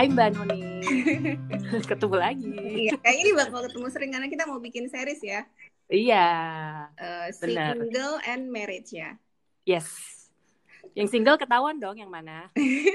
Hai Mbak Noni. Ketemu lagi. Iya, kayaknya ini bakal ketemu sering karena kita mau bikin series ya. Iya, benar. Single and marriage ya. Yes. Yang single ketahuan dong yang mana?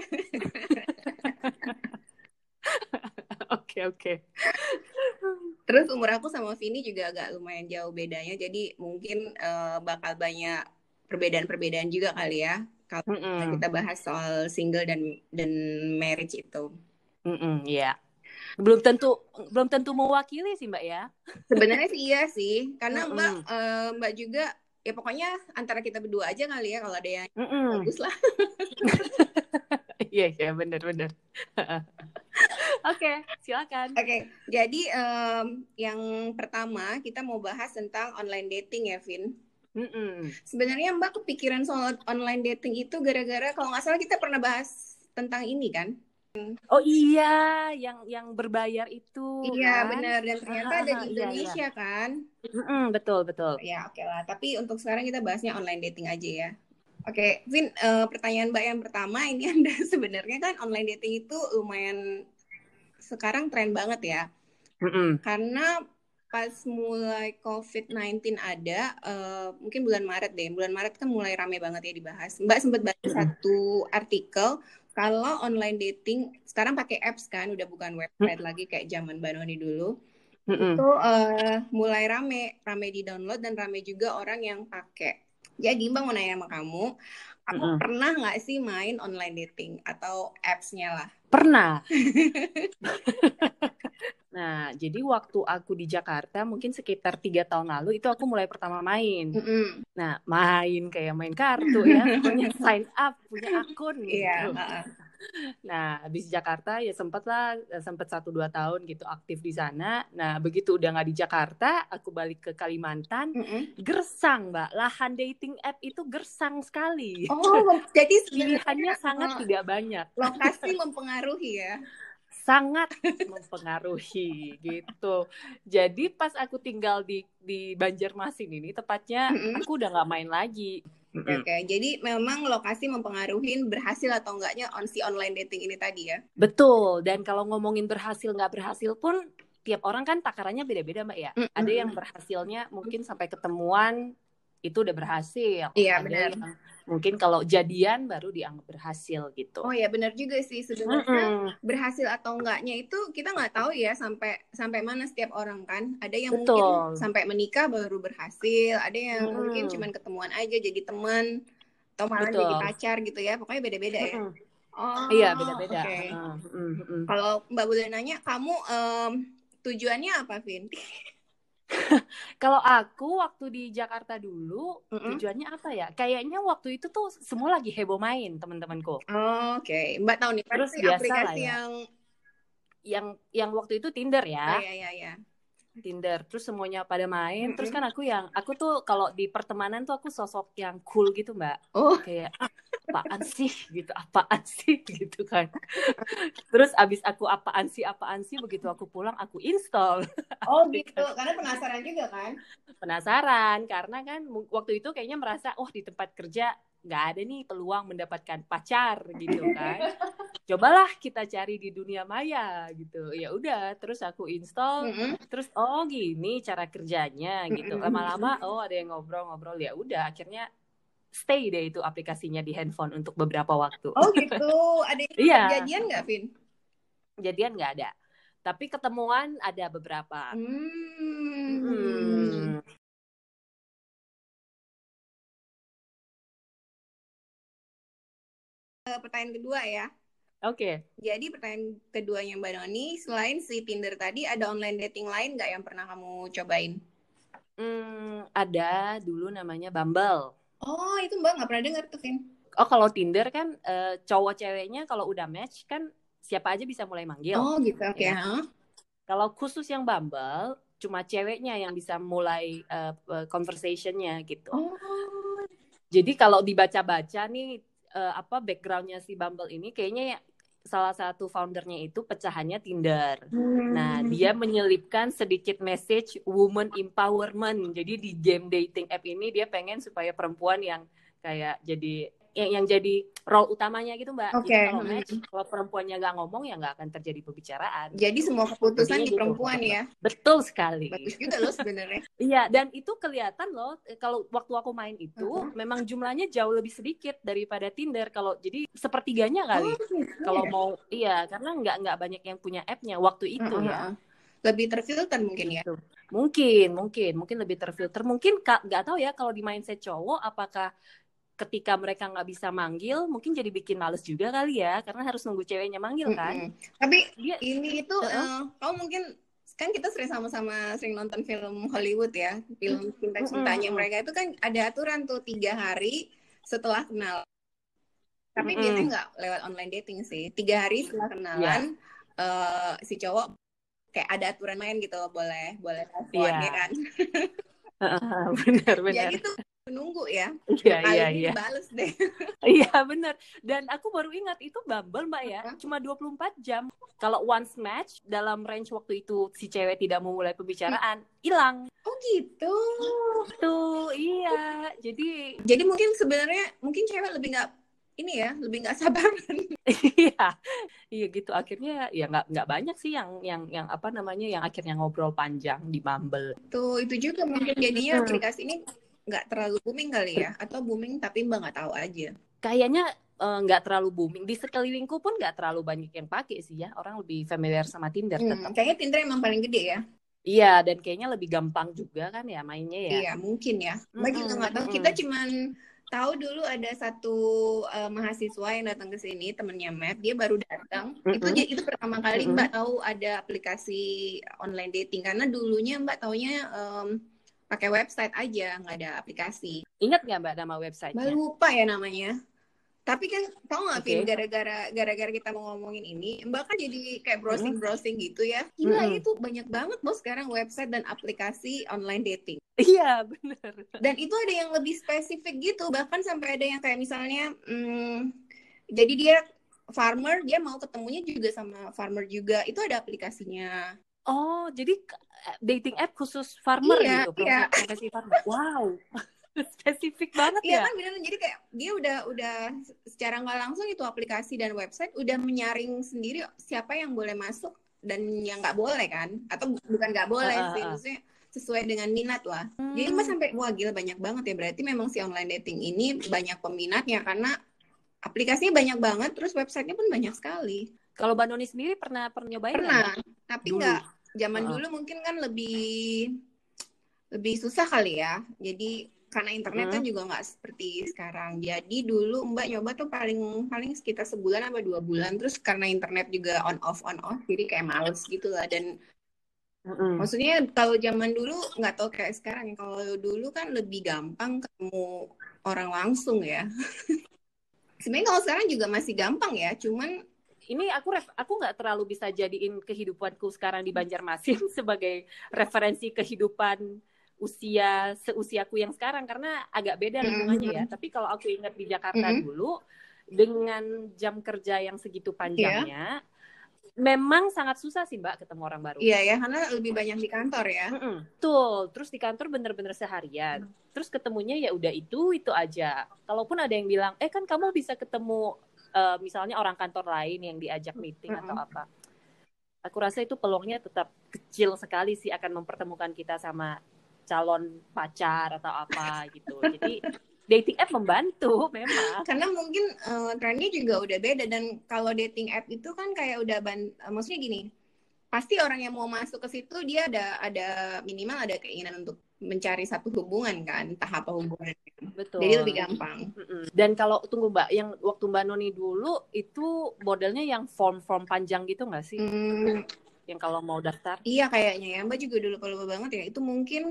Oke. Terus umur aku sama Vini juga agak lumayan jauh bedanya, jadi mungkin bakal banyak perbedaan-perbedaan juga kali ya kalau kita bahas soal single dan marriage itu. Iya. Belum tentu mewakili sih Mbak ya. Sebenarnya sih iya sih, karena Mbak juga ya pokoknya antara kita berdua aja kali ya kalau ada yang bagus lah. Iya benar. Oke, silakan. Oke, jadi yang pertama kita mau bahas tentang online dating ya, Vin. Sebenarnya Mbak kepikiran soal online dating itu gara-gara kalau nggak salah kita pernah bahas tentang ini kan? Oh iya, yang berbayar itu. Iya kan? benar, dan ternyata ada di Indonesia iya. kan? Betul. Ya oke lah, tapi untuk sekarang kita bahasnya online dating aja ya. Oke, Vin, pertanyaan Mbak yang pertama ini Anda sebenarnya kan online dating itu lumayan sekarang tren banget ya. Karena pas mulai COVID-19 ada, mungkin bulan Maret deh. Bulan Maret kan mulai rame banget ya dibahas. Mbak sempat baca satu artikel kalau online dating sekarang pakai apps kan, udah bukan website lagi kayak zaman Mbak Noni dulu. Itu mulai rame di download dan rame juga orang yang pakai. Jadi Mbak mau nanya sama kamu pernah nggak sih main online dating atau apps-nya lah? Pernah. Nah, jadi waktu aku di Jakarta mungkin sekitar 3 tahun lalu itu aku mulai pertama main. Nah, main kayak main kartu ya, pokoknya sign up, punya akun gitu. Nah, habis Jakarta ya sempat 1-2 tahun gitu aktif di sana. Nah, begitu udah nggak di Jakarta, aku balik ke Kalimantan, gersang Mbak, lahan dating app itu gersang sekali. Oh, jadi pilihannya sangat tidak banyak. Lokasi mempengaruhi ya? Sangat mempengaruhi gitu. Jadi pas aku tinggal di Banjarmasin ini tepatnya, aku udah nggak main lagi. Oke, jadi memang lokasi mempengaruhi berhasil atau enggaknya si online dating ini tadi ya? Betul, dan kalau ngomongin berhasil nggak berhasil pun tiap orang kan takarannya beda-beda Mbak ya. Ada yang berhasilnya mungkin sampai ketemuan itu udah berhasil. Iya, ada benar. yang mungkin kalau jadian baru dianggap berhasil gitu. Oh ya benar juga sih, sebenarnya berhasil atau enggaknya itu kita nggak tahu ya sampai mana setiap orang kan. Ada yang mungkin sampai menikah baru berhasil, ada yang mungkin cuman ketemuan aja jadi teman atau malah jadi pacar gitu ya. Pokoknya beda-beda ya. Oh iya, beda-beda. Okay. Kalau Mbak boleh nanya, kamu tujuannya apa, Vin? Kalau aku waktu di Jakarta dulu, tujuannya apa ya? Kayaknya waktu itu tuh semua lagi heboh main teman-temanku. Oke. Mbak tahu nih, terus aplikasi yang waktu itu Tinder ya. Iya. Tinder, terus semuanya pada main. Terus kan aku tuh kalau di pertemanan tuh aku sosok yang cool gitu Mbak. Kayak apaan sih gitu kan. Terus abis aku apaan sih begitu aku pulang aku install. Gitu, karena penasaran juga kan? Penasaran, karena kan waktu itu kayaknya merasa di tempat kerja nggak ada nih peluang mendapatkan pacar gitu kan. Cobalah kita cari di dunia maya gitu. Ya udah, terus aku install, terus gini cara kerjanya gitu. Lama-lama ada yang ngobrol-ngobrol, ya udah akhirnya stay deh itu aplikasinya di handphone untuk beberapa waktu. Oh gitu, ada yang jadian nggak, Vin? Jadian nggak ada, tapi ketemuan ada beberapa. Pertanyaan kedua ya. Oke. Jadi pertanyaan keduanya Mbak Noni, selain si Tinder tadi, ada online dating lain nggak yang pernah kamu cobain? Ada dulu namanya Bumble. Oh, itu Mbak nggak pernah dengar tuh, Vin. Kalau Tinder kan cowok ceweknya kalau udah match kan siapa aja bisa mulai manggil. Oh gitu, oke. Ya. Kalau khusus yang Bumble, cuma ceweknya yang bisa mulai conversation-nya gitu. Jadi kalau dibaca-baca nih background-nya si Bumble ini kayaknya salah satu foundernya itu pecahannya Tinder. Nah, dia menyelipkan sedikit message woman empowerment. Jadi di game dating app ini dia pengen supaya perempuan yang kayak jadi yang jadi role utamanya gitu Mbak. Okay. Jadi kalau match, kalau perempuannya nggak ngomong ya nggak akan terjadi pembicaraan. Jadi semua keputusan di gitu, perempuan ya. Betul sekali. Bagus juga loh sebenarnya. Iya, dan itu kelihatan loh kalau waktu aku main itu memang jumlahnya jauh lebih sedikit daripada Tinder. Kalau jadi sepertiganya kali. Kalau mau karena nggak banyak yang punya app-nya waktu itu ya. Lebih terfilter mungkin ya. Mungkin lebih terfilter. Mungkin nggak tahu ya kalau di mindset cowok apakah ketika mereka nggak bisa manggil, mungkin jadi bikin males juga kali ya, karena harus nunggu ceweknya manggil kan. Tapi ini itu, kamu mungkin, kan kita sama-sama sering nonton film Hollywood ya, film cinta-cintanya mereka itu kan ada aturan tuh 3 hari setelah kenal. Tapi biasanya nggak lewat online dating sih. 3 hari setelah kenalan, si cowok kayak ada aturan main gitu, boleh telepon ya kan. Benar. Jadi tuh menunggu ya. Iya. Bales deh. Iya benar. Dan aku baru ingat itu Bumble Mbak ya, cuma 24 jam. Kalau once match dalam range waktu itu si cewek tidak mau mulai pembicaraan, hilang. Oh gitu. Tuh, iya. Jadi mungkin sebenarnya cewek lebih nggak sabaran. Iya gitu. Akhirnya ya nggak banyak sih yang apa namanya yang akhirnya ngobrol panjang di Bumble. Tuh itu juga mungkin jadinya aplikasi ini nggak terlalu booming kali ya, atau booming tapi Mbak nggak tahu aja. Kayaknya nggak terlalu booming. Di sekelilingku pun nggak terlalu banyak yang pakai sih ya. Orang lebih familiar sama Tinder tetap. Kayaknya Tinder emang paling gede ya. Iya, dan kayaknya lebih gampang juga kan ya mainnya ya. Iya, mungkin ya. Mbak juga nggak tahu. Kita cuman tahu dulu ada satu mahasiswa yang datang ke sini, temennya Matt, dia baru datang. Itu pertama kali Mbak tahu ada aplikasi online dating, karena dulunya Mbak taunya pakai website aja, nggak ada aplikasi. Ingat nggak Mbak nama websitenya? Mbak lupa ya namanya. Tapi kan tahu nggak, Vin, gara-gara kita mau ngomongin ini, Mbak kan jadi kayak browsing gitu ya. Gila, itu banyak banget loh sekarang website dan aplikasi online dating. Iya, benar. Dan itu ada yang lebih spesifik gitu, bahkan sampai ada yang kayak misalnya, jadi dia farmer, dia mau ketemunya juga sama farmer juga, itu ada aplikasinya. Oh, jadi dating app khusus farmer gitu, profesi farmer. Wow, spesifik banget ya. Iya kan benar, jadi kayak dia udah secara nggak langsung itu aplikasi dan website udah menyaring sendiri siapa yang boleh masuk dan yang nggak boleh kan, atau bukan nggak boleh sih, maksudnya sesuai dengan minat lah. Jadi Mbak sampai wah gila banyak banget ya, berarti memang si online dating ini banyak peminatnya karena aplikasinya banyak banget, terus websitenya pun banyak sekali. Kalau Mbak Noni sendiri pernah nyobain? Pernah, tapi nggak. Zaman dulu mungkin kan lebih susah kali ya. Jadi karena internet kan juga nggak seperti sekarang. Jadi dulu Mbak nyoba tuh paling sekitar sebulan apa 2 bulan. Terus karena internet juga on off, jadi kayak males gitu lah. Dan maksudnya kalau zaman dulu nggak tahu kayak sekarang. Kalau dulu kan lebih gampang ketemu orang langsung ya. Sebenarnya kalau sekarang juga masih gampang ya. Cuman ini aku nggak terlalu bisa jadiin kehidupanku sekarang di Banjarmasin sebagai referensi kehidupan seusiaku yang sekarang karena agak beda lingkungannya ya. Tapi kalau aku ingat di Jakarta dulu dengan jam kerja yang segitu panjangnya, memang sangat susah sih Mbak ketemu orang baru. Iya ya, karena lebih banyak di kantor ya. Betul. Terus di kantor bener-bener seharian. Terus ketemunya ya udah itu aja. Kalaupun ada yang bilang, kan kamu bisa ketemu misalnya orang kantor lain yang diajak meeting atau apa. Aku rasa itu peluangnya tetap kecil sekali sih akan mempertemukan kita sama calon pacar atau apa gitu. Jadi dating app membantu memang. Karena mungkin trennya juga udah beda, dan kalau dating app itu kan kayak udah maksudnya gini, pasti orang yang mau masuk ke situ dia ada minimal ada keinginan untuk mencari satu hubungan kan, entah apa hubungannya. Betul. Jadi lebih gampang. Dan kalau tunggu Mbak, yang waktu Mbak Noni dulu itu modelnya yang form panjang gitu nggak sih? Yang kalau mau daftar? Iya kayaknya ya, Mbak juga dulu lupa banget ya. Itu mungkin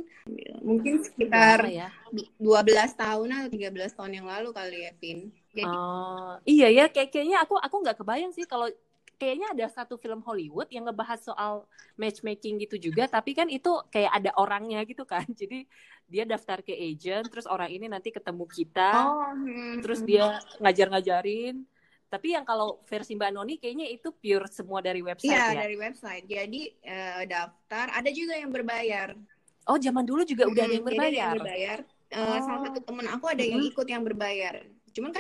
sekitar 12 tahun atau 13 tahun yang lalu kali ya, Vin. Jadi, iya ya, kayaknya aku nggak kebayang sih kalau kayaknya ada satu film Hollywood yang ngebahas soal matchmaking gitu juga, tapi kan itu kayak ada orangnya gitu kan. Jadi dia daftar ke agent, terus orang ini nanti ketemu kita, terus dia ngajarin. Tapi yang kalau versi Mbak Noni kayaknya itu pure semua dari website ya? Iya, dari website. Jadi daftar, ada juga yang berbayar. Oh, zaman dulu juga udah ada yang berbayar? Salah satu temen aku ada yang ikut yang berbayar. Cuman kan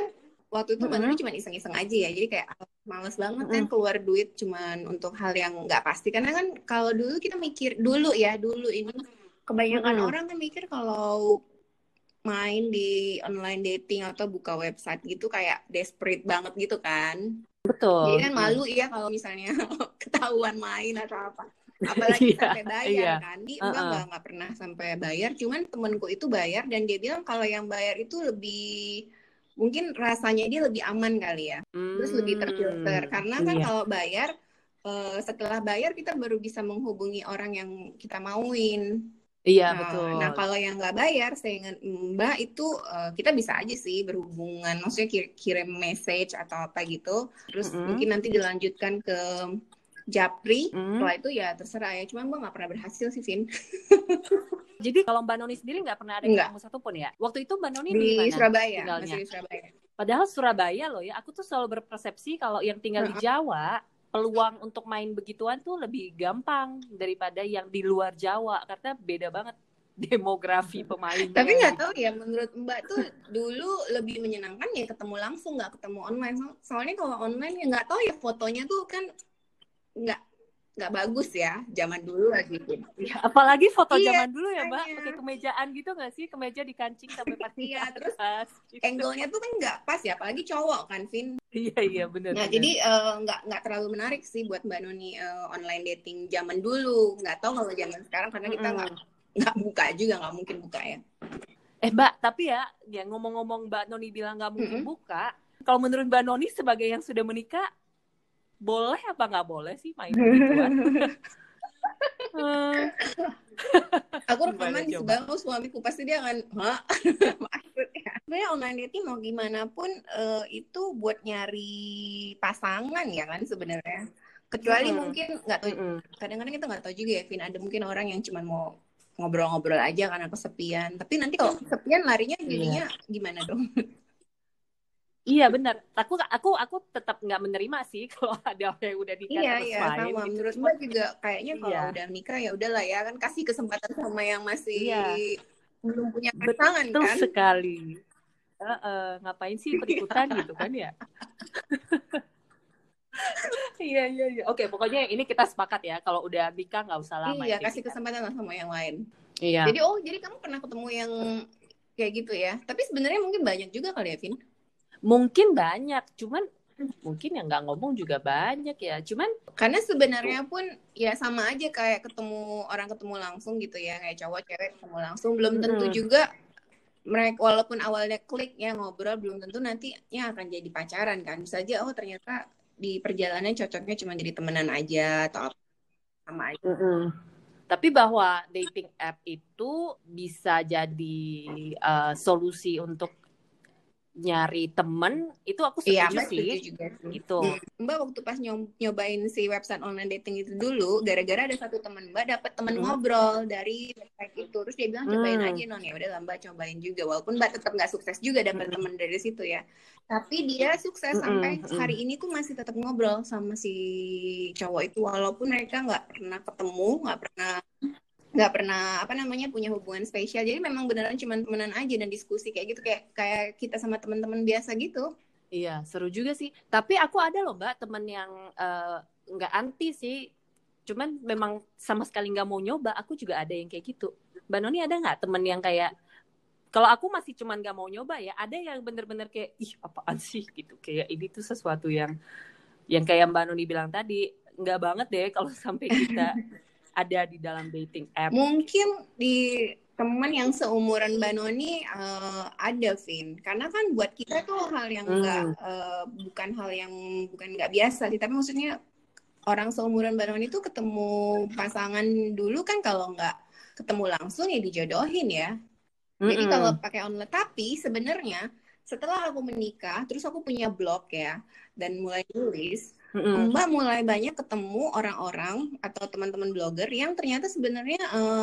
waktu itu Mbak Nuri cuma iseng-iseng aja ya, jadi kayak males banget kan keluar duit cuman untuk hal yang nggak pasti, karena kan kalau dulu kita mikir dulu ini kebanyakan orang kan mikir kalau main di online dating atau buka website gitu kayak desperate banget gitu kan. Betul. Jadi kan malu ya kalau misalnya ketahuan main atau apa. Apalagi sampai bayar kan. Di enggak pernah sampai bayar, cuman temenku itu bayar dan dia bilang kalau yang bayar itu lebih, mungkin rasanya dia lebih aman kali ya. Terus lebih terfilter karena kan kalau bayar setelah bayar kita baru bisa menghubungi orang yang kita mauin. Iya, betul. Nah, kalau yang nggak bayar, saya ingat Mbak itu kita bisa aja sih berhubungan, maksudnya kirim message atau apa gitu. Terus mungkin nanti dilanjutkan ke Japri. Setelah itu ya terserah ya. Cuma Mbak nggak pernah berhasil sih, Vin. Jadi kalau Mbak Noni sendiri nggak pernah ada ketemu satupun ya? Waktu itu Mbak Noni di mana Surabaya, tinggalnya? masih di Surabaya. Padahal Surabaya loh ya. Aku tuh selalu berpersepsi kalau yang tinggal di Jawa, peluang untuk main begituan tuh lebih gampang daripada yang di luar Jawa, karena beda banget demografi pemainnya. Tapi nggak tahu ya, menurut Mbak tuh dulu lebih menyenangkan ya ketemu langsung, nggak ketemu online. Soalnya kalau online ya nggak tahu ya, fotonya tuh kan nggak bagus ya, zaman dulu lagi. Ya, apalagi foto zaman dulu ya Mbak, pakai kemejaan gitu nggak sih, kemeja dikancing sampai pasti. Terus gitu. Angle-nya tuh kan nggak pas ya, apalagi cowok kan, Vin. Iya benar. Nah jadi nggak terlalu menarik sih buat Mbak Noni online dating zaman dulu. Nggak tahu kalau zaman sekarang karena kita nggak buka juga, nggak mungkin buka ya. Mbak, tapi ya ngomong-ngomong Mbak Noni bilang nggak mungkin buka, kalau menurut Mbak Noni sebagai yang sudah menikah, boleh apa nggak boleh sih main begituan? Aku rekaman di sebelah suamiku, pasti dia akan maksudnya. Sebenarnya online dating mau gimana pun itu buat nyari pasangan ya kan sebenarnya. Kecuali mungkin nggak tahu, kadang-kadang kita nggak tahu juga ya, Vin. Ada mungkin orang yang cuma mau ngobrol-ngobrol aja karena kesepian. Tapi nanti kalau kesepian larinya jadinya gimana dong? Iya benar. Aku tetap nggak menerima sih kalau ada yang udah nikah terus main. Sama. Menurut Mbak juga kayaknya kalau udah nikah ya udahlah ya, kan kasih kesempatan sama yang masih belum punya pasangan. Betul kan. Betul sekali. Ngapain sih ikut-ikutan gitu kan ya? Iya. Oke, pokoknya ini kita sepakat ya, kalau udah nikah nggak usah lama. Iya, kasih kesempatan lah sama yang lain. Iya. Jadi kamu pernah ketemu yang kayak gitu ya? Tapi sebenarnya mungkin banyak juga kali ya, Vin? Mungkin banyak, cuman mungkin yang nggak ngomong juga banyak ya. Cuman karena sebenarnya pun ya sama aja kayak ketemu langsung gitu ya, kayak cowok cewek ketemu langsung, belum tentu juga mereka walaupun awalnya klik ya ngobrol, belum tentu nantinya akan jadi pacaran kan. Bisa aja ternyata di perjalanan cocoknya cuma jadi temenan aja atau apa, sama aja. Tapi bahwa dating app itu bisa jadi solusi untuk nyari temen, itu aku setuju sih. Juga sih. Gitu. Mbak waktu pas nyobain si website online dating itu dulu, gara-gara ada satu temen Mbak dapet temen ngobrol dari website itu, terus dia bilang cobain aja Non, ya udah Mbak cobain juga, walaupun Mbak tetap nggak sukses juga dapet temen dari situ ya, tapi dia sukses sampai hari ini tuh masih tetap ngobrol sama si cowok itu, walaupun mereka nggak pernah ketemu, nggak pernah punya hubungan spesial. Jadi memang beneran cuma temenan aja dan diskusi kayak gitu, kayak kita sama teman-teman biasa gitu. Iya, seru juga sih. Tapi aku ada loh Mbak temen yang nggak anti sih, cuman memang sama sekali nggak mau nyoba. Aku juga ada yang kayak gitu. Mbak Noni ada nggak temen yang kayak, kalau aku masih cuman nggak mau nyoba ya, ada yang bener-bener kayak apaan sih gitu, kayak ini tuh sesuatu yang kayak Mbak Noni bilang tadi, nggak banget deh kalau sampai kita ada di dalam dating app. Mungkin di teman yang seumuran Mbak Noni ada, Vin. Karena kan buat kita tuh hal yang bukan hal yang nggak biasa sih. Tapi maksudnya orang seumuran Mbak Noni tuh ketemu pasangan dulu kan, kalau nggak ketemu langsung ya dijodohin ya. Jadi kalau pakai online. Tapi sebenarnya setelah aku menikah, terus aku punya blog ya, dan mulai nulis, Mbak mulai banyak ketemu orang-orang atau teman-teman blogger yang ternyata sebenarnya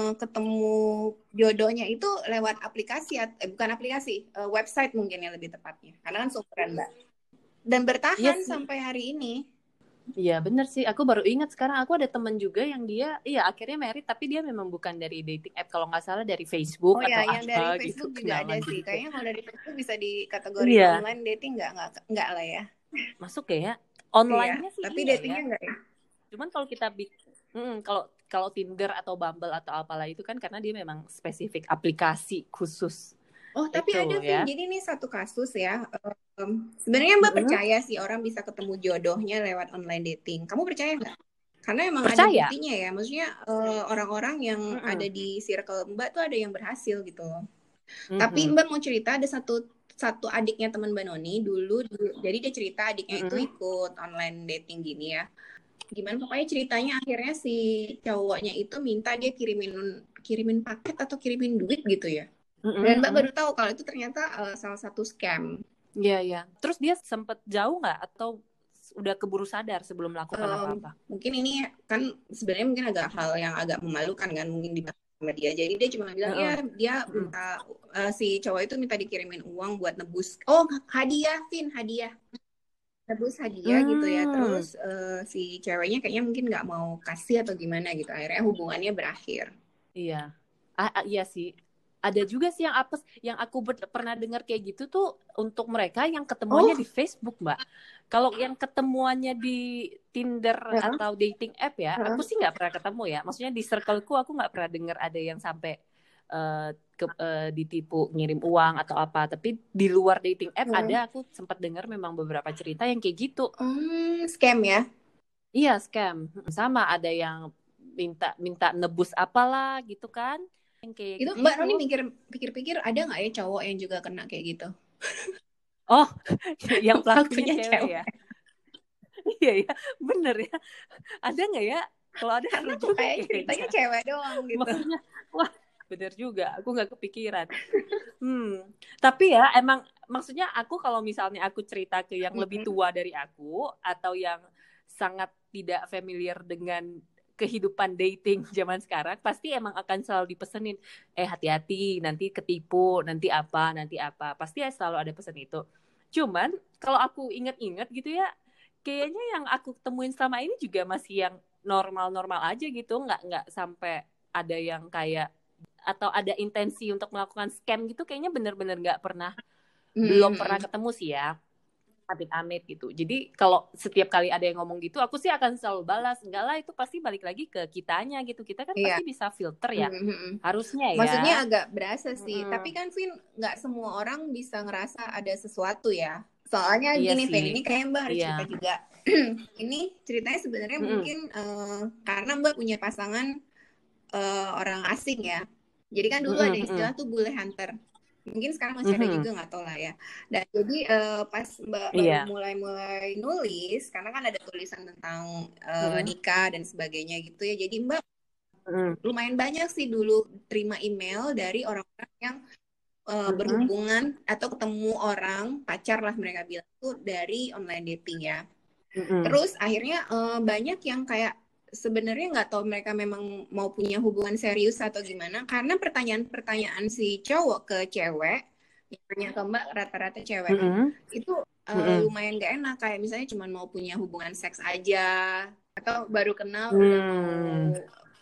ketemu jodohnya itu lewat aplikasi, bukan aplikasi, website mungkin yang lebih tepatnya, karena kan seumuran Mbak, dan bertahan sampai hari ini. Iya bener sih, aku baru ingat sekarang aku ada temen juga yang dia, iya akhirnya married tapi dia memang bukan dari dating app, kalau nggak salah dari Facebook atau yang dari apa gitu, Facebook juga ada kenalan sih. gitu. Kayaknya kalau dari Facebook bisa dikategorin online dating nggak lah ya. Masuk ya, online-nya sih tapi iya datingnya ya. nggak ya. Cuman kalau kita kalau Tinder atau Bumble atau apalah itu kan karena dia memang spesifik aplikasi khusus. Oh, tapi itu, ada Vin, ya. jadi ini satu kasus ya. Sebenarnya Mbak percaya sih orang bisa ketemu jodohnya lewat online dating. Kamu percaya nggak? Karena emang ada buktinya ya. Maksudnya orang-orang yang ada di circle Mbak tuh ada yang berhasil gitu loh. Tapi Mbak mau cerita ada satu adiknya teman Mbak Noni dulu, jadi dia cerita adiknya itu ikut online dating gini ya. Gimana pokoknya ceritanya akhirnya si cowoknya itu minta dia kirimin paket atau kirimin duit gitu ya. Dan Mbak baru tahu kalau itu ternyata salah satu scam. Iya. Terus dia sempet jauh nggak atau udah keburu sadar sebelum melakukan apa-apa? Mungkin ini kan sebenarnya mungkin agak hal yang agak memalukan kan mungkin di sama dia. Jadi dia cuma bilang ya dia minta si cowok itu minta dikirimin uang buat nebus. Oh, hadiah, Vin, hadiah. Nebus hadiah gitu ya. Terus si ceweknya kayaknya mungkin nggak mau kasih atau gimana gitu. Akhirnya hubungannya berakhir. Iya. Iya sih. Ada juga sih yang apes, yang aku pernah dengar kayak gitu tuh untuk mereka yang ketemuannya di Facebook, Mbak. Kalau yang ketemuannya di Tinder atau dating app ya, aku sih nggak pernah ketemu ya. Maksudnya di circleku aku nggak pernah dengar ada yang sampai ditipu ngirim uang atau apa. Tapi di luar dating app ada, aku sempat dengar memang beberapa cerita yang kayak gitu. Scam ya? Iya, scam. Sama ada yang minta nebus apalah gitu kan. Kayak itu Mbak Noni pikir-pikir ada nggak ya cowok yang juga kena kayak gitu? Oh, yang pelakunya cewek ya? Iya ya, bener ya. Ada nggak ya? Kalau ada karena kok kayak ceritanya cewek doang gitu. Makanya, wah bener juga. Aku nggak kepikiran. Tapi ya emang maksudnya aku kalau misalnya aku cerita ke yang lebih tua dari aku atau yang sangat tidak familiar dengan kehidupan dating zaman sekarang, pasti emang akan selalu dipesenin, hati-hati nanti ketipu, nanti apa, pasti ya selalu ada pesan itu. Cuman kalau aku inget-inget gitu ya, kayaknya yang aku temuin selama ini juga masih yang normal-normal aja gitu, nggak sampai ada yang kayak atau ada intensi untuk melakukan scam gitu, kayaknya bener-bener nggak pernah, belum pernah ketemu sih ya. Amit-amit gitu. Jadi kalau setiap kali ada yang ngomong gitu, aku sih akan selalu balas, enggak lah itu pasti balik lagi ke kitanya gitu. Kita kan pasti bisa filter ya. Harusnya ya. Maksudnya agak berasa sih. Tapi kan Vin, nggak semua orang bisa ngerasa ada sesuatu ya. Soalnya gini Vin, ini kayak Mbak harus cerita juga. Ini ceritanya sebenarnya mungkin karena Mbak punya pasangan orang asing ya. Jadi kan dulu ada istilah tuh bule hunter. Mungkin sekarang masih ada juga, nggak tahu lah ya. Dan jadi pas Mbak baru mulai nulis, karena kan ada tulisan tentang nikah dan sebagainya gitu ya. Jadi Mbak lumayan banyak sih dulu terima email dari orang-orang yang berhubungan atau ketemu orang pacar lah mereka bilang tuh dari online dating ya. Terus akhirnya banyak yang kayak sebenarnya nggak tahu mereka memang mau punya hubungan serius atau gimana, karena pertanyaan-pertanyaan si cowok ke cewek yang tanya ke Mbak rata-rata cewek itu lumayan gak enak, kayak misalnya cuma mau punya hubungan seks aja atau baru kenal udah mau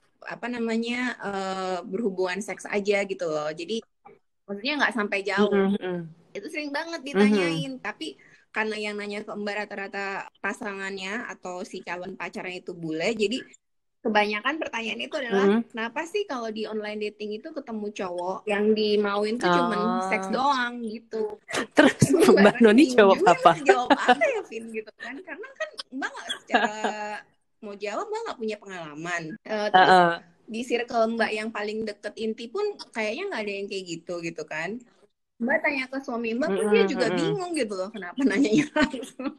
berhubungan seks aja gitu loh. Jadi maksudnya nggak sampai jauh. Itu sering banget ditanyain. Tapi karena yang nanya ke Mbak rata-rata pasangannya atau si calon pacarnya itu bule, jadi kebanyakan pertanyaan itu adalah kenapa sih kalau di online dating itu ketemu cowok yang dimauin tuh cuman seks doang gitu. Terus Mbak Noni jawab apa? Jawab apa ya Vin gitu kan? Karena kan Mbak nggak secara mau jawab, Mbak nggak punya pengalaman. Terus di circle Mbak yang paling deket inti pun kayaknya nggak ada yang kayak gitu kan. Mbak tanya ke suami Mbak pun dia juga bingung gitu loh kenapa nanyanya langsung.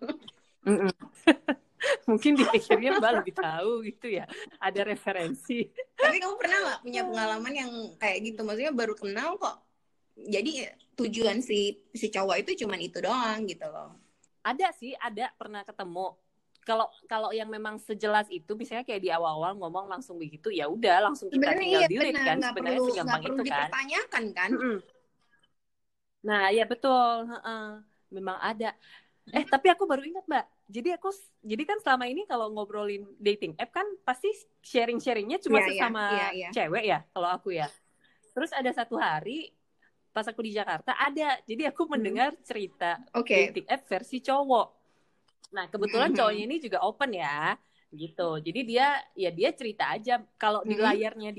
Mungkin dipikirnya Mbak lebih tahu gitu ya, ada referensi. Tapi kamu pernah nggak punya pengalaman yang kayak gitu? Maksudnya baru kenal kok, jadi tujuan si cowok itu cuman itu doang gitu loh. Ada sih, pernah ketemu. Kalau yang memang sejelas itu, misalnya kayak di awal-awal ngomong langsung begitu, ya udah langsung kita tinggal delete kan. Sebenarnya segampang itu kan. Dipertanyakan kan. Nah ya betul, memang ada. Tapi aku baru ingat Mbak, jadi kan selama ini kalau ngobrolin dating app kan pasti sharingnya cuma sesama cewek ya kalau aku ya. Terus ada satu hari pas aku di Jakarta jadi aku mendengar cerita dating app versi cowok. Nah kebetulan cowoknya ini juga open ya gitu. Jadi dia cerita aja kalau di layarnya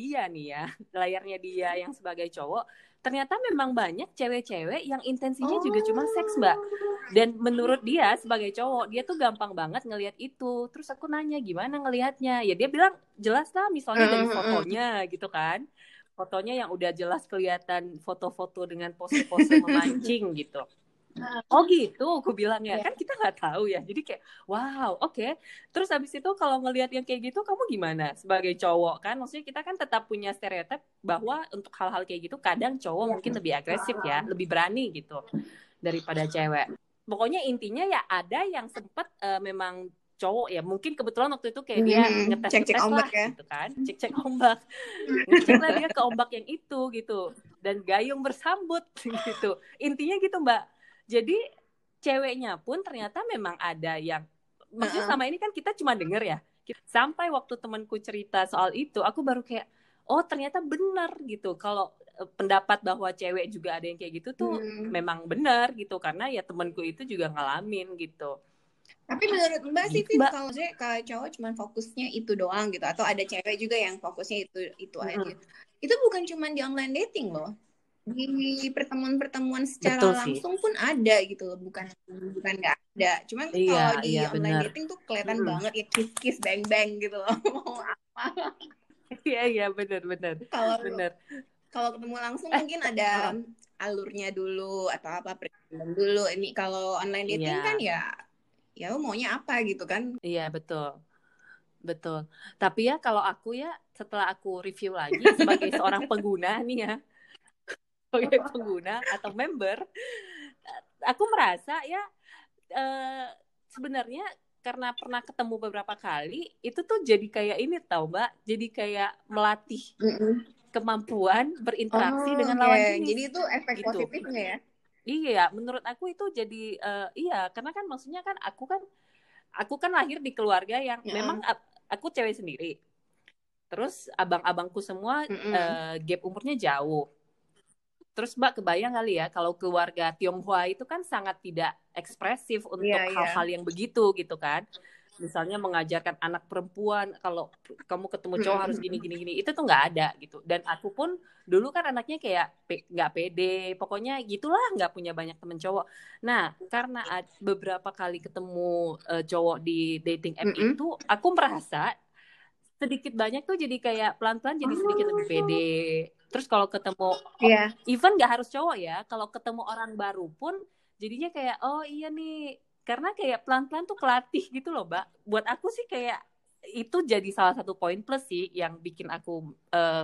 dia yang sebagai cowok, ternyata memang banyak cewek-cewek yang intensinya juga cuma seks, Mbak. Dan menurut dia sebagai cowok, dia tuh gampang banget ngelihat itu. Terus aku nanya gimana ngelihatnya? Ya dia bilang jelas lah, misalnya dari fotonya gitu kan. Fotonya yang udah jelas kelihatan foto-foto dengan pose-pose memancing gitu. Oh gitu, aku bilang ya. Kan kita nggak tahu ya. Jadi kayak, wow, oke. Terus habis itu kalau ngelihat yang kayak gitu, kamu gimana sebagai cowok kan? Maksudnya kita kan tetap punya stereotip bahwa untuk hal-hal kayak gitu kadang cowok mungkin lebih agresif ya, lebih berani gitu daripada cewek. Pokoknya intinya ya ada yang sempet memang cowok ya, mungkin kebetulan waktu itu kayak dia ngetes lah ya. Gitu kan, cek ombak, ngecek lah dia ke ombak yang itu gitu, dan gayung bersambut gitu. Intinya gitu Mbak. Jadi ceweknya pun ternyata memang ada yang, maksudnya selama ini kan kita cuma denger ya. Sampai waktu temanku cerita soal itu, aku baru kayak, oh ternyata benar gitu. Kalau pendapat bahwa cewek juga ada yang kayak gitu tuh memang benar gitu. Karena ya temanku itu juga ngalamin gitu. Tapi menurut Mbak sih, Vin, kalau cowok cuma fokusnya itu doang gitu, atau ada cewek juga yang fokusnya itu aja. Itu bukan cuma di online dating loh. Di pertemuan secara langsung pun ada gitu loh, bukan nggak ada. Cuman kalau di online dating tuh kelihatan banget ya kiss bang bang gitu loh. Mau apa? Iya benar. Kalau ketemu langsung mungkin ada alurnya dulu atau apa perkenalan dulu. Ini kalau online dating kan ya maunya apa gitu kan? Iya betul. Tapi ya kalau aku ya setelah aku review lagi sebagai seorang pengguna nih ya, sebagai pengguna atau member, aku merasa ya sebenarnya karena pernah ketemu beberapa kali, itu tuh jadi kayak ini tau Mbak, jadi kayak melatih kemampuan berinteraksi dengan lawan jenis. Jadi itu efek gitu. Positifnya ya? Iya, menurut aku itu jadi karena kan maksudnya kan aku kan lahir di keluarga yang memang aku cewek sendiri. Terus abang-abangku semua gap umurnya jauh. Terus Mbak kebayang kali ya kalau keluarga Tionghoa itu kan sangat tidak ekspresif untuk hal-hal yang begitu gitu kan. Misalnya mengajarkan anak perempuan kalau kamu ketemu cowok harus gini itu tuh nggak ada gitu. Dan aku pun dulu kan anaknya kayak nggak pede, pokoknya gitulah, nggak punya banyak temen cowok. Nah karena beberapa kali ketemu cowok di dating app itu, aku merasa sedikit banyak tuh jadi kayak pelan-pelan jadi sedikit lebih pede. Terus kalau ketemu even nggak harus cowok ya, kalau ketemu orang baru pun jadinya kayak oh iya nih, karena kayak pelan-pelan tuh kelatih gitu loh Mbak. Buat aku sih kayak itu jadi salah satu poin plus sih yang bikin aku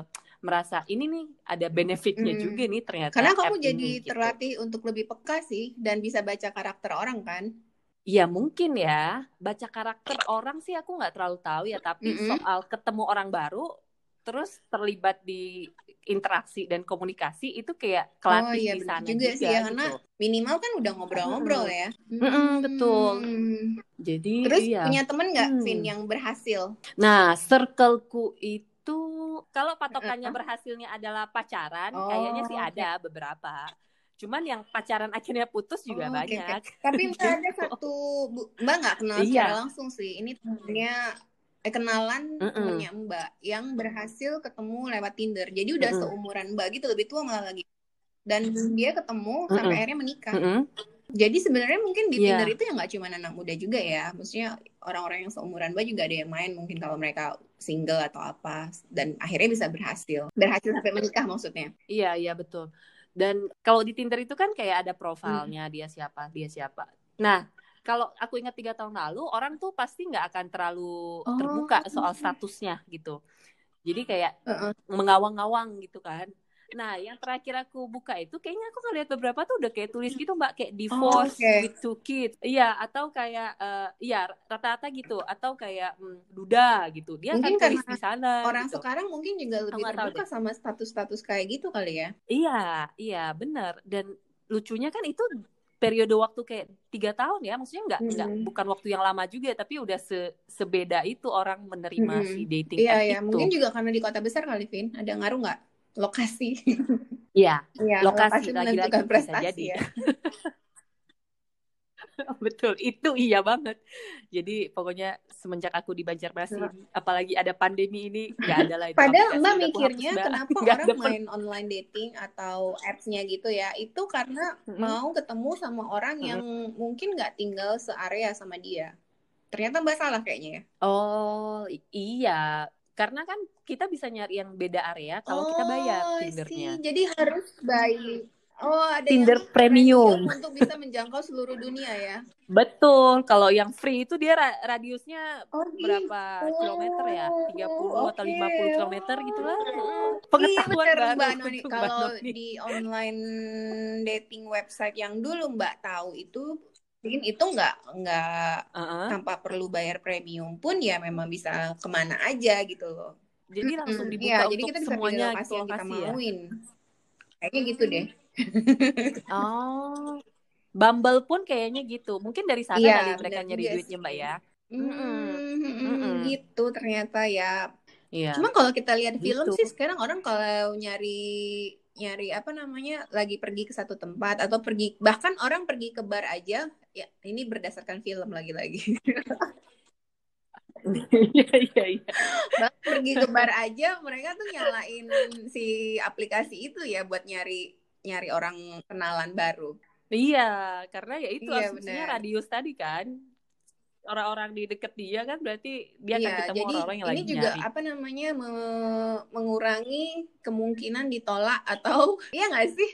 merasa ini nih ada benefitnya juga nih ternyata. Karena kamu jadi terlatih untuk lebih peka sih dan bisa baca karakter orang kan. Ya mungkin ya, baca karakter orang sih aku nggak terlalu tahu ya, tapi soal ketemu orang baru terus terlibat di interaksi dan komunikasi itu kayak kelatih di sana juga sih ya, karena minimal kan udah ngobrol-ngobrol ya. Betul. Jadi terus punya temen nggak Vin yang berhasil? Nah circleku itu kalau patokannya berhasilnya adalah pacaran, kayaknya sih ada beberapa. Cuman yang pacaran akhirnya putus juga banyak. Tapi Mbak ada satu, Mbak nggak kenal secara langsung sih. Ini temennya kenalan temennya Mbak yang berhasil ketemu lewat Tinder. Jadi udah seumuran Mbak gitu, lebih tua malah lagi. Dan dia ketemu sampai akhirnya menikah. Jadi sebenarnya mungkin di Tinder itu ya nggak cuma anak muda juga ya. Maksudnya orang-orang yang seumuran Mbak juga ada yang main mungkin kalau mereka single atau apa. Dan akhirnya bisa berhasil sampai menikah maksudnya. Iya betul. Dan kalau di Tinder itu kan kayak ada profilnya dia siapa. Nah, kalau aku ingat 3 tahun lalu, orang tuh pasti nggak akan terlalu terbuka soal statusnya gitu. Jadi kayak mengawang-awang gitu kan. Nah, yang terakhir aku buka itu kayaknya aku ngeliat beberapa tuh udah kayak tulis gitu Mbak, kayak divorce with 2 kids. Iya, atau kayak rata-rata gitu, atau kayak duda gitu. Dia mungkin kan tulis di sana. Orang gitu. Sekarang mungkin juga lebih terbuka sama status-status kayak gitu kali ya. Iya, benar. Dan lucunya kan itu periode waktu kayak 3 tahun ya, maksudnya nggak bukan waktu yang lama juga, tapi udah sebeda itu orang menerima si dating app iya, itu. mungkin juga karena di kota besar kali, Vin, ada ngaruh nggak lokasi? Iya, lokasi lagi-lagi menentukan bisa prestasi jadi. ya. Betul, itu iya banget. Jadi pokoknya semenjak aku di Banjarmasin, apalagi ada pandemi ini, nggak ada lah itu Padahal aplikasi. Mbak Udah aku hapus, mikirnya Mbak. kenapa Nggak orang main online dating atau apps-nya gitu ya, itu karena mau ketemu sama orang yang mungkin nggak tinggal searea sama dia. Ternyata Mbak salah kayaknya ya. Oh iya, karena kan kita bisa nyari yang beda area kalau kita bayar Tindernya. Jadi harus bayar. Ada Tinder yang premium untuk bisa menjangkau seluruh dunia ya. Betul, kalau yang free itu dia radiusnya berapa gitu. kilometer ya? 30 atau 50 kilometer gitulah. Pengetahuan Iya, baru Mbak Noni. untuk Mbak Kalau Noni. di online dating website yang dulu Mbak tahu itu nggak tanpa perlu bayar premium pun ya memang bisa kemana aja gitu loh. Jadi langsung dibuka jadi untuk kita bisa semuanya pilih lokasi gitu, yang kita ya? mauin. Kayaknya gitu deh. Oh, Bumble pun kayaknya gitu. Mungkin dari sana kali mereka nyari duitnya, Mbak ya. Gitu ternyata ya. Iya. Cuma kalau kita lihat film gitu. sih sekarang orang kalau nyari apa namanya lagi pergi ke satu tempat atau bahkan orang pergi ke bar aja ya, ini berdasarkan film lagi-lagi. Iya. Bahkan pergi ke bar aja mereka tuh nyalain si aplikasi itu ya buat nyari orang kenalan baru. Iya, karena ya itu asumsinya bener. radius tadi kan. Orang-orang di deket dia kan berarti dia akan ketemu orang-orang yang lagi nyari. Ini juga apa namanya mengurangi kemungkinan ditolak atau iya nggak sih?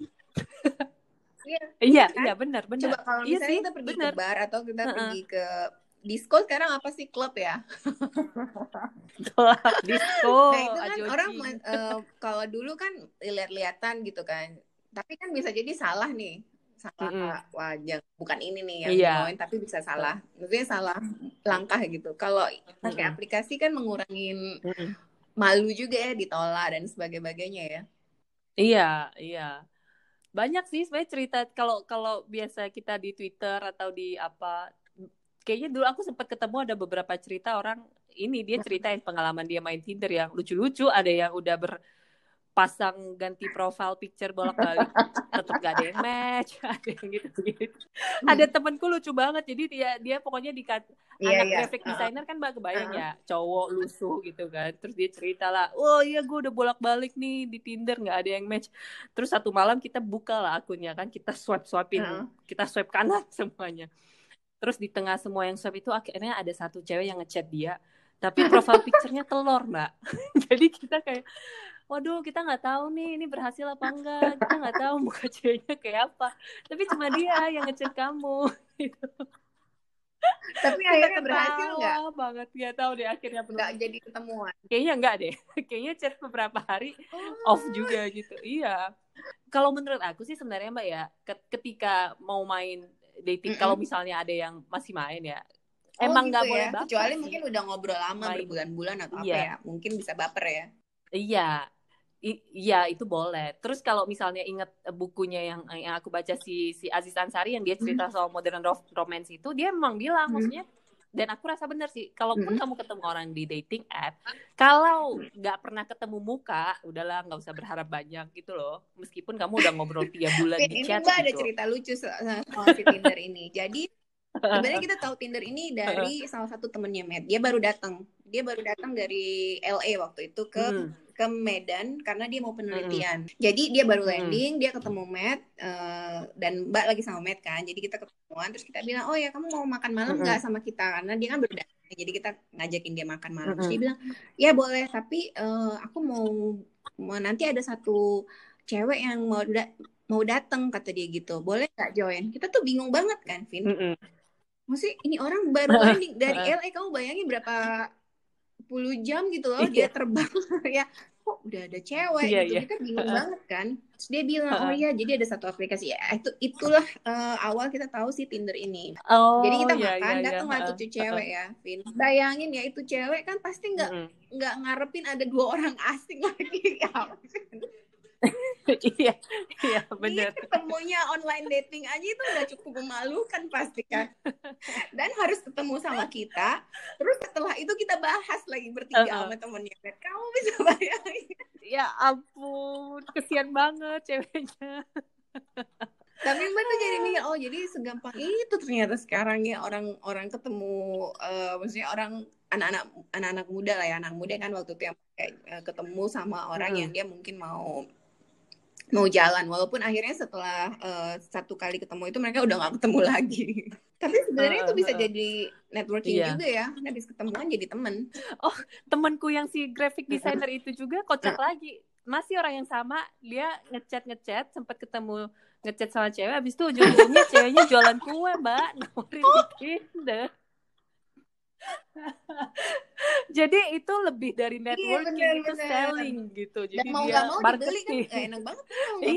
Iya, benar. Coba kalau misalnya kita pergi ke bar atau kita pergi ke disco, sekarang apa sih, klub ya? Disco. Nah itu kan orang kalau dulu kan lihat-lihatan gitu kan, tapi kan bisa jadi salah nih, salah wajah, bukan ini nih yang dimauin, tapi bisa salah, maksudnya salah langkah gitu. Kalau pakai aplikasi kan mengurangin malu juga ya ditolak dan sebagainya ya. Iya. Banyak sih sebenarnya cerita kalau biasa kita di Twitter atau di apa, kayaknya dulu aku sempat ketemu ada beberapa cerita orang ini dia ceritain pengalaman dia main Tinder yang lucu-lucu, ada yang udah berpasang ganti profile picture bolak-balik tetap gak ada yang match, ada yang gitu. Ada temanku lucu banget, jadi dia pokoknya anak graphic designer kan Mbak, kebayang ya, cowok lusuh gitu kan, terus dia cerita lah, oh iya gue udah bolak-balik nih di Tinder nggak ada yang match, terus satu malam kita buka lah akunnya kan, kita swipe-swipin, kita swipe kanan semuanya, terus di tengah semua yang swipe itu akhirnya ada satu cewek yang ngechat dia, tapi profile picture-nya telur Mbak. Jadi kita kayak waduh, kita nggak tahu nih ini berhasil apa enggak, kita nggak tahu muka ceweknya kayak apa, tapi cuma dia yang ngechat kamu gitu. Tapi akhirnya berhasil nggak? Banget, nggak tahu deh akhirnya nggak jadi ketemuan. Kayaknya enggak deh, kayaknya chat beberapa hari off juga gitu. Iya. Kalau menurut aku sih sebenarnya Mbak ya, ketika mau main dating, kalau misalnya ada yang masih main ya, emang nggak boleh baper. Kecuali mungkin udah ngobrol lama berbulan-bulan atau apa ya, mungkin bisa baper ya. Iya, itu boleh. Terus kalau misalnya ingat bukunya yang aku baca si Aziz Ansari yang dia cerita soal modern romance itu, dia memang bilang maksudnya, dan aku rasa benar sih, kalaupun kamu ketemu orang di dating app, kalau nggak pernah ketemu muka, udahlah nggak usah berharap banyak gitu loh. Meskipun kamu udah ngobrol 3 bulan di chat gitu. Ada cerita lucu soal si Tinder ini. Jadi sebenarnya kita tahu Tinder ini dari salah satu temennya Matt. Dia baru datang dari LA waktu itu ke Medan karena dia mau penelitian. Jadi dia baru landing, dia ketemu Matt dan Mbak lagi sama Matt kan. Jadi kita ketemuan, terus kita bilang, oh ya kamu mau makan malam nggak sama kita? Karena dia kan baru datang. Jadi kita ngajakin dia makan malam. Terus dia bilang, ya boleh, tapi aku mau nanti ada satu cewek yang mau datang, kata dia gitu. Boleh nggak join? Kita tuh bingung banget kan, Vin. Maksudnya ini orang baru landing dari LA, kamu bayangin berapa puluh jam gitu loh dia terbang ya, kok udah ada cewek gitu. Kita bingung banget kan. Terus dia bilang, oh iya jadi ada satu aplikasi ya, itulah awal kita tahu si Tinder ini. Jadi kita makan, datanglah tuh cewek ya, Vin. Bayangin ya, itu cewek kan pasti nggak ngarepin ada 2 orang asing lagi ya. Iya, benar. Ketemunya online dating aja itu udah cukup memalukan pasti kan. Dan harus ketemu sama kita. Terus setelah itu kita bahas lagi bertiga sama temennya. Kamu bisa bayangin? Ya ampun, kesian banget ceweknya. Tapi Mbak tuh jadi mikir, oh jadi segampang itu ternyata sekarang ya orang ketemu, maksudnya anak-anak muda lah ya, anak muda kan waktu itu yang ketemu sama orang yang dia mungkin mau jalan, walaupun akhirnya setelah satu kali ketemu itu mereka udah gak ketemu lagi. Tapi sebenarnya itu bisa jadi networking juga ya, habis ketemuan jadi temen. Oh, temenku yang si graphic designer itu juga kocak lagi, masih orang yang sama, dia ngechat sempat ketemu ngechat sama cewek, habis itu ujung-ujungnya ceweknya jualan kue, Mbak, nawarin di Tinder. Jadi itu lebih dari networking, bener, itu selling gitu. Jadi mau dia mau dibeli kan enak banget.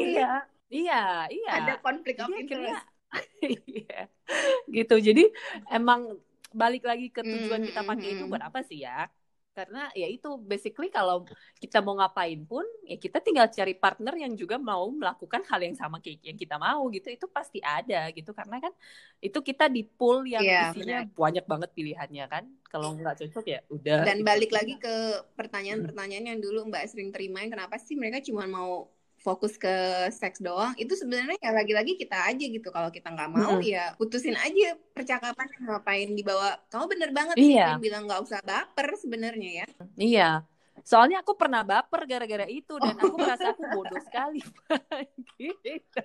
Iya. Ada konflik of interest. Iya. Gitu. Jadi emang balik lagi ke tujuan kita pakai itu buat apa sih ya? Karena ya itu basically kalau kita mau ngapain pun ya kita tinggal cari partner yang juga mau melakukan hal yang sama kayak yang kita mau gitu, itu pasti ada gitu, karena kan itu kita di pool yang isinya banyak banget pilihannya kan, kalau nggak cocok ya udah. Dan balik lagi ke pertanyaan-pertanyaan yang dulu Mbak sering terimain, kenapa sih mereka cuma mau fokus ke seks doang? Itu sebenarnya ya lagi-lagi kita aja gitu. Kalau kita nggak mau ya putusin aja percakapan, ngapain dibawa. Kamu bener banget sih bilang nggak usah baper sebenarnya ya. Iya, soalnya aku pernah baper gara-gara itu dan aku merasa aku bodoh sekali. Gitu.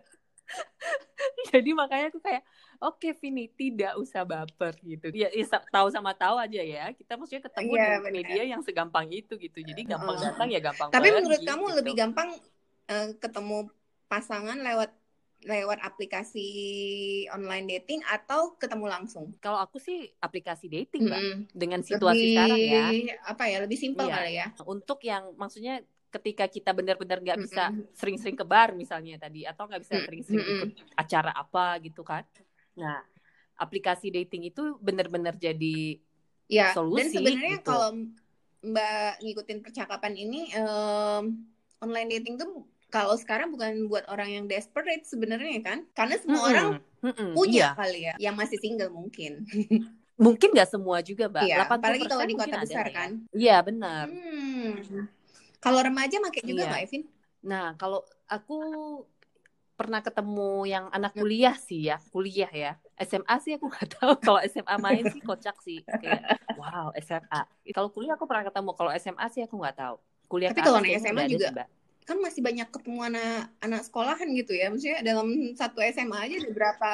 Jadi makanya aku kayak oke Vini, tidak usah baper gitu. Ya tahu sama tahu aja ya. Kita maksudnya ketemu di media yang segampang itu gitu. Jadi gampang datang ya gampang pergi. Tapi menurut kamu gitu. Lebih gampang ketemu pasangan lewat aplikasi online dating atau ketemu langsung? Kalau aku sih aplikasi dating, Mbak. Dengan situasi sekarang ya. Apa ya, lebih simpel kali ya. Untuk yang maksudnya ketika kita benar-benar nggak bisa sering-sering ke bar misalnya tadi, atau nggak bisa sering-sering ikut acara apa gitu kan. Nah, aplikasi dating itu benar-benar jadi solusi. Dan sebenarnya gitu. Kalau Mbak ngikutin percakapan ini, online dating tuh kalau sekarang bukan buat orang yang desperate sebenarnya kan, karena semua orang punya kali ya, yang masih single mungkin. Mungkin nggak semua juga, Mbak. Iya, apalagi kalau di kota besar kan. Iya, benar. Kalau remaja pakai juga nggak, Evin? Nah, kalau aku pernah ketemu yang anak kuliah sih ya, kuliah ya. SMA sih aku nggak tahu. Kalau SMA main sih kocak sih, kayak wow SMA. Kalau kuliah aku pernah ketemu, kalau SMA sih aku nggak tahu. Kuliah tapi kalau anak SMA juga sih, kan masih banyak ketemu anak sekolahan gitu ya, maksudnya dalam satu SMA aja ada berapa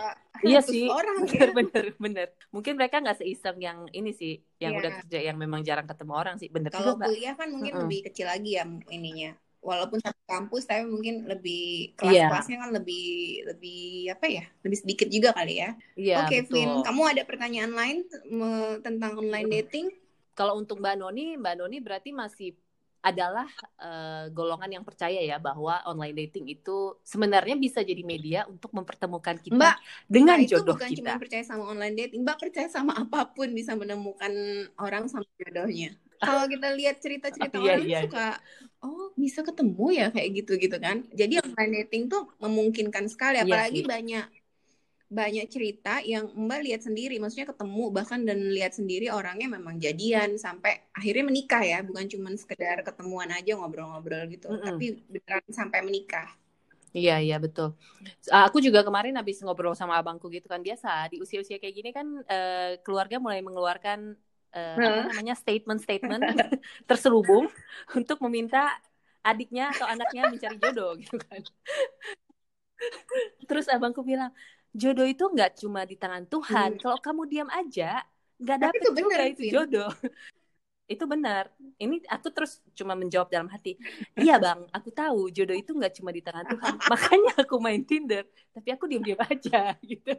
orang. Bener. Mungkin mereka nggak seiseng yang ini sih, yang udah kerja, yang memang jarang ketemu orang sih. Bener. Kalau kuliah kan mungkin lebih kecil lagi ya ininya, walaupun satu kampus tapi mungkin lebih kelas-kelasnya kan lebih apa ya, lebih sedikit juga kali ya. Oke, Vin, kamu ada pertanyaan lain tentang online dating? Kalau untuk Mbak Noni berarti masih adalah golongan yang percaya ya bahwa online dating itu sebenarnya bisa jadi media untuk mempertemukan kita dengan jodoh kita. Mbak itu bukan cuma percaya sama online dating, Mbak percaya sama apapun bisa menemukan orang sama jodohnya. Kalau kita lihat cerita-cerita orang suka, bisa ketemu ya kayak gitu kan. Jadi online dating tuh memungkinkan sekali, apalagi banyak cerita yang Mbak lihat sendiri, maksudnya ketemu bahkan dan lihat sendiri orangnya memang jadian sampai akhirnya menikah ya, bukan cuma sekedar ketemuan aja ngobrol-ngobrol gitu, tapi beneran sampai menikah. Iya betul. Aku juga kemarin habis ngobrol sama abangku gitu kan, biasa di usia-usia kayak gini kan keluarga mulai mengeluarkan statement terselubung untuk meminta adiknya atau anaknya mencari jodoh gitu kan. Terus abangku bilang, jodoh itu nggak cuma di tangan Tuhan. Kalau kamu diam aja, nggak dapet itu juga itu jodoh. Itu benar. Ini aku terus cuma menjawab dalam hati. Iya bang, aku tahu jodoh itu nggak cuma di tangan Tuhan. Makanya aku main Tinder. Tapi aku diam-diam aja gitu.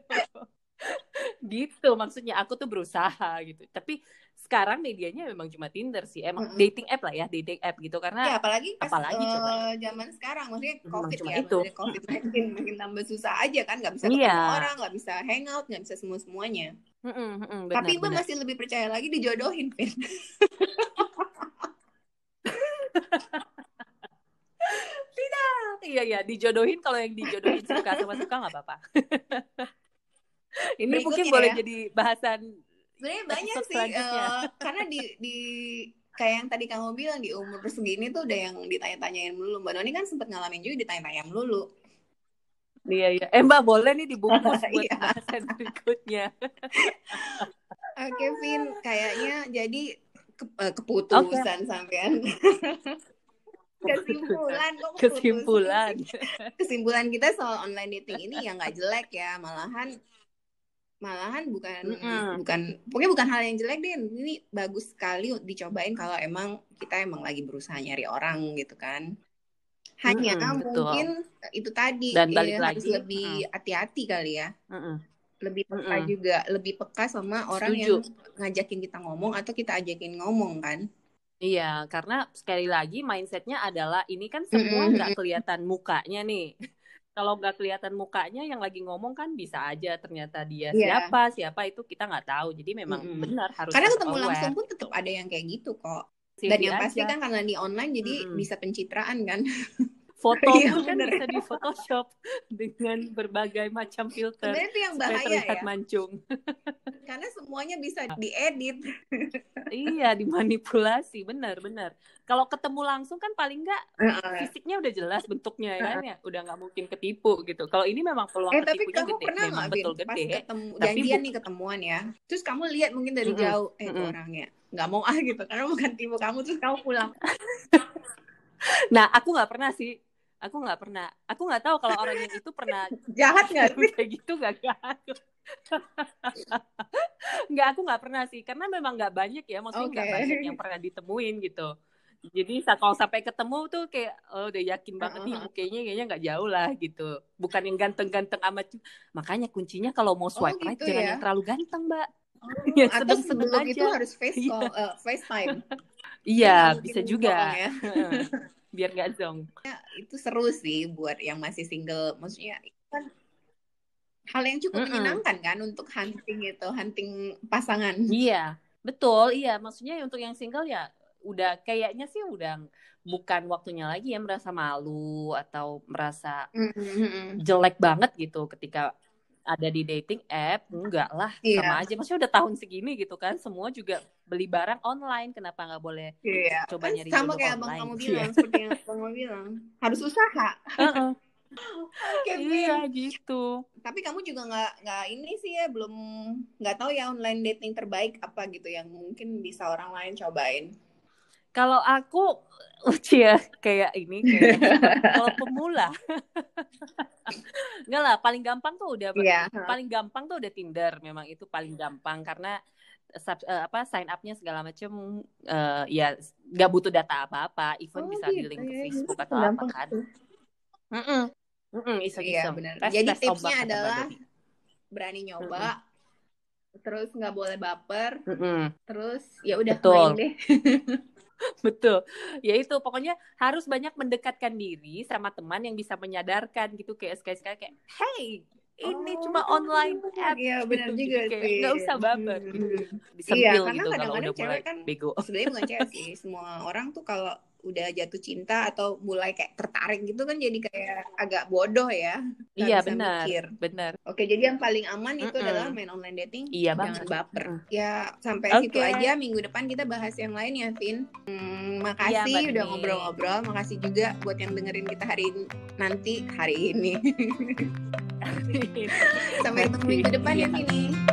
Gitu maksudnya, aku tuh berusaha gitu. Tapi sekarang medianya memang cuma Tinder sih, emang dating app lah ya, dating app gitu, karena apalagi coba zaman sekarang, maksudnya COVID ya, COVID-19 makin tambah susah aja kan, nggak bisa ketemu orang, nggak bisa hangout, nggak bisa semuanya. Tapi Mbak masih lebih percaya lagi dijodohin, Vin. Iya, dijodohin, kalau yang dijodohin suka sama suka nggak apa-apa. Ini mungkin boleh jadi bahasan sebenarnya banyak sih, karena di kayak yang tadi kamu bilang, di umur segini tuh udah yang ditanya-tanyain melulu. Mbak Noni kan sempat ngalamin juga ditanya-tanya melulu. Iya. Mbak, boleh nih dibungkus buat bahasan berikutnya. Oke, Vin, kayaknya jadi keputusan sampean. Kesimpulan kita soal online dating ini ya nggak jelek ya, malahan pokoknya bukan hal yang jelek deh. Ini bagus sekali dicobain kalau emang kita lagi berusaha nyari orang gitu kan. Hanya mungkin itu tadi, dan balik harus lagi lebih hati-hati kali ya. Lebih peka juga, lebih peka sama orang yang ngajakin kita ngomong atau kita ajakin ngomong kan. Iya, karena sekali lagi mindsetnya adalah ini kan semua nggak kelihatan mukanya nih. Kalau nggak kelihatan mukanya, yang lagi ngomong kan bisa aja ternyata dia siapa itu kita nggak tahu. Jadi memang benar harus karena ketemu langsung pun tetap ada yang kayak gitu kok. Dan yang pasti kan karena di online jadi bisa pencitraan kan. Foto pun kan bisa di Photoshop dengan berbagai macam filter. Sebenarnya itu yang bahaya terlihat mancung. Karena semuanya bisa diedit. Iya, dimanipulasi, benar. Kalau ketemu langsung kan paling nggak fisiknya udah jelas bentuknya ya kan ya, udah nggak mungkin ketipu gitu. Kalau ini memang peluang ketipunya gede, memang betul gede. Pas ketemu, janjian nih ketemuan ya, terus kamu lihat mungkin dari jauh, itu orangnya nggak mau gitu, karena bukan tipe kamu, terus kamu pulang. Nah, aku nggak pernah sih. Aku nggak tahu kalau orang yang itu pernah jahat nggak sih kayak gitu, nggak. Nggak, aku nggak pernah sih, karena memang nggak banyak ya, maksudnya nggak banyak yang pernah ditemuin gitu. Jadi kalau sampai ketemu tuh kayak udah yakin banget nih kayaknya nggak jauh lah gitu. Bukan yang ganteng-ganteng amat. Makanya kuncinya kalau mau swipe right jangan yang terlalu ganteng, Mbak. Yang sedang-sedang aja. Itu harus FaceTime. Iya, bisa juga. Biar nggak zong. Ya, itu seru sih buat yang masih single. Maksudnya kan hal yang cukup menyenangkan kan untuk hunting pasangan. Iya, betul. Iya, maksudnya untuk yang single ya udah kayaknya sih udah bukan waktunya lagi ya merasa malu atau merasa jelek banget gitu ketika ada di dating app. Enggak lah, sama aja. Maksudnya udah tahun segini gitu kan, semua juga beli barang online, kenapa nggak boleh coba nyari sama kayak online? Abang kamu bilang, seperti yang Abang kamu bilang, harus usaha. Iya gitu. Tapi kamu juga nggak ini sih ya, belum nggak tahu ya online dating terbaik apa gitu yang mungkin bisa orang lain cobain. Kalau aku kayak kalau pemula enggak lah, paling gampang tuh udah Tinder. Memang itu paling gampang karena sign up-nya segala macam ya nggak butuh data apa-apa, even bisa di link ke Facebook atau apa kan. Iya benar. Jadi tipsnya adalah berani nyoba, terus nggak boleh baper, terus ya udah main deh. Betul. Ya itu pokoknya harus banyak mendekatkan diri sama teman yang bisa menyadarkan gitu, kayak sekali-sekali kayak hey, ini cuma online app. Iya benar juga sih. Nggak usah baper gitu. Disentil karena gitu kalau udah mulai kan bego. Sebenarnya bukan cewek sih, semua orang tuh kalau udah jatuh cinta atau mulai kayak tertarik gitu kan jadi kayak agak bodoh ya. Iya benar. Oke, jadi yang paling aman itu adalah main online dating. Iya, jangan baper. Ya sampai situ aja. Minggu depan kita bahas yang lain ya, Vin. Makasih udah ngobrol-ngobrol. Makasih juga buat yang dengerin kita hari ini. Sampai ketemu minggu depan ya, Vini.